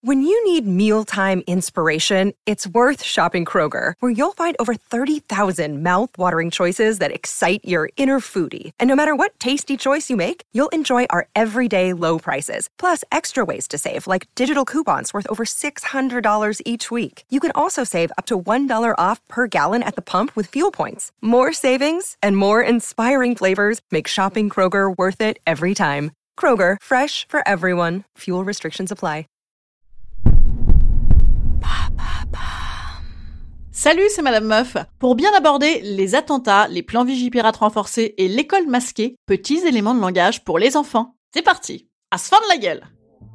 When you need mealtime inspiration, it's worth shopping Kroger, where you'll find over 30,000 mouth-watering choices that excite your inner foodie. And no matter what tasty choice you make, you'll enjoy our everyday low prices, plus extra ways to save, like digital coupons worth over $600 each week. You can also save up to $1 off per gallon at the pump with fuel points. More savings and more inspiring flavors make shopping Kroger worth it every time. Kroger, fresh for everyone. Fuel restrictions apply. Salut, c'est Madame Meuf. Pour bien aborder les attentats, les plans Vigipirate renforcés et l'école masquée, petits éléments de langage pour les enfants. C'est parti, à se fendre la gueule.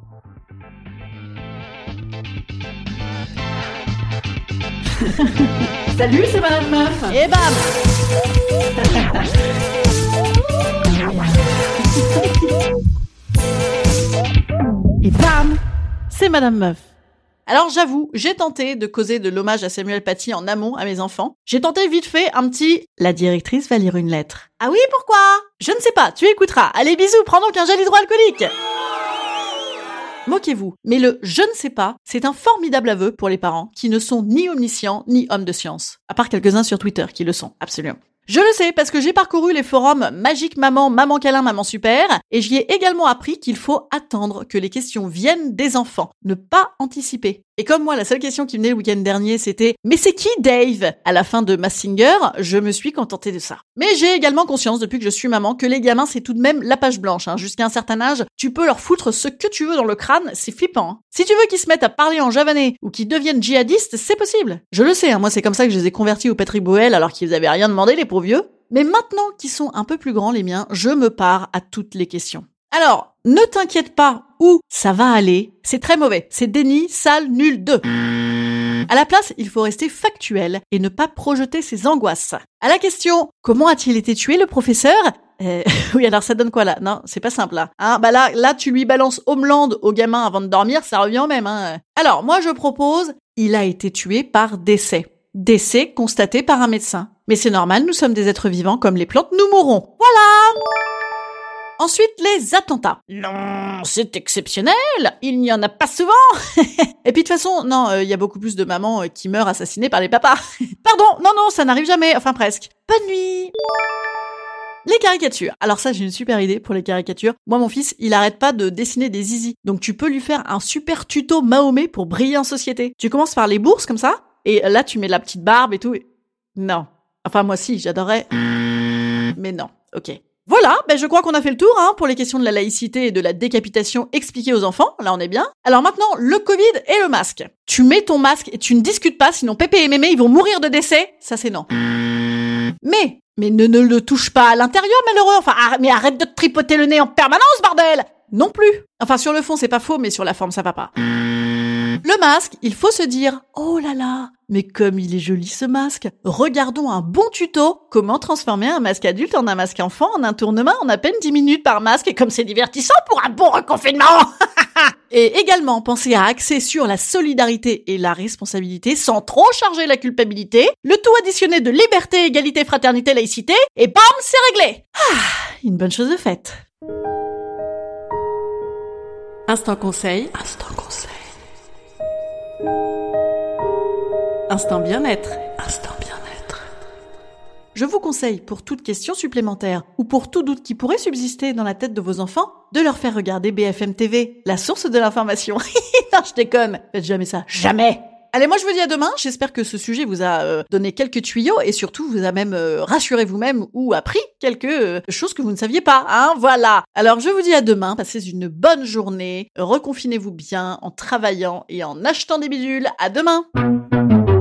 Salut, c'est Madame Meuf. Et bam. Et bam, c'est Madame Meuf. Alors j'avoue, j'ai tenté de causer de l'hommage à Samuel Paty en amont à mes enfants. J'ai tenté vite fait un petit « La directrice va lire une lettre ». Ah oui, pourquoi ? Je ne sais pas, tu écouteras. Allez, bisous, prends donc un gel hydroalcoolique. Moquez-vous, mais le « je ne sais pas », c'est un formidable aveu pour les parents qui ne sont ni omniscients ni hommes de science. À part quelques-uns sur Twitter qui le sont, absolument. Je le sais parce que j'ai parcouru les forums Magique Maman, Maman Câlin, Maman Super et j'y ai également appris qu'il faut attendre que les questions viennent des enfants, ne pas anticiper. Et comme moi, la seule question qui venait le week-end dernier, c'était « Mais c'est qui Dave ?» à la fin de Masked Singer, je me suis contentée de ça. Mais j'ai également conscience, depuis que je suis maman, que les gamins, c'est tout de même la page blanche. Jusqu'à un certain âge, tu peux leur foutre ce que tu veux dans le crâne, c'est flippant. Si tu veux qu'ils se mettent à parler en javanais ou qu'ils deviennent djihadistes, c'est possible. Je le sais, moi c'est comme ça que je les ai convertis au Patrick Bruel alors qu'ils avaient rien demandé, les pauvres vieux. Mais maintenant qu'ils sont un peu plus grands, les miens, je me pars à toutes les questions. Alors, ne t'inquiète pas où ça va aller, c'est très mauvais, c'est déni, sale, nul, 2. À la place, il faut rester factuel et ne pas projeter ses angoisses. À la question « Comment a-t-il été tué, le professeur ?» Oui, alors ça donne quoi là ? Non, c'est pas simple là. Là, tu lui balances Homeland au gamin avant de dormir, ça revient au même. Alors, moi je propose « Il a été tué par décès. Décès constaté par un médecin. Mais c'est normal, nous sommes des êtres vivants, comme les plantes, nous mourrons. Voilà !» Ensuite, les attentats. Non, c'est exceptionnel. Il n'y en a pas souvent. Et puis de toute façon, non, il y a beaucoup plus de mamans qui meurent assassinées par les papas. Pardon, non, ça n'arrive jamais. Enfin, presque. Bonne nuit. Les caricatures. Alors ça, j'ai une super idée pour les caricatures. Moi, mon fils, il arrête pas de dessiner des zizis. Donc tu peux lui faire un super tuto Mahomet pour briller en société. Tu commences par les bourses, comme ça. Et là, tu mets la petite barbe et tout. Non. Enfin, moi, si, j'adorerais. Mais non. Ok. Voilà, je crois qu'on a fait le tour pour les questions de la laïcité et de la décapitation expliquées aux enfants. Là, on est bien. Alors maintenant, le Covid et le masque. Tu mets ton masque et tu ne discutes pas, sinon Pépé et Mémé, ils vont mourir de décès. Ça, c'est non. Mais ne le touche pas à l'intérieur, malheureux. Enfin, mais arrête de te tripoter le nez en permanence, bordel. Non plus. Enfin, sur le fond, c'est pas faux, mais sur la forme, ça va pas. Le masque, il faut se dire « Oh là là, mais comme il est joli ce masque ! Regardons un bon tuto, comment transformer un masque adulte en un masque enfant en un tournement en à peine 10 minutes par masque, et comme c'est divertissant pour un bon reconfinement !» Et également, pensez à axer sur la solidarité et la responsabilité sans trop charger la culpabilité, le tout additionné de liberté, égalité, fraternité, laïcité, et bam, c'est réglé. Une bonne chose de faite. Instant conseil. Instant bien-être. Je vous conseille, pour toute question supplémentaire ou pour tout doute qui pourrait subsister dans la tête de vos enfants, de leur faire regarder BFM TV, la source de l'information. Non, je déconne. Faites jamais ça. Jamais. Allez, moi je vous dis à demain. J'espère que ce sujet vous a donné quelques tuyaux et surtout vous a même rassuré vous-même ou appris quelque chose que vous ne saviez pas. Voilà. Alors je vous dis à demain. Passez une bonne journée. Reconfinez-vous bien en travaillant et en achetant des bidules. À demain.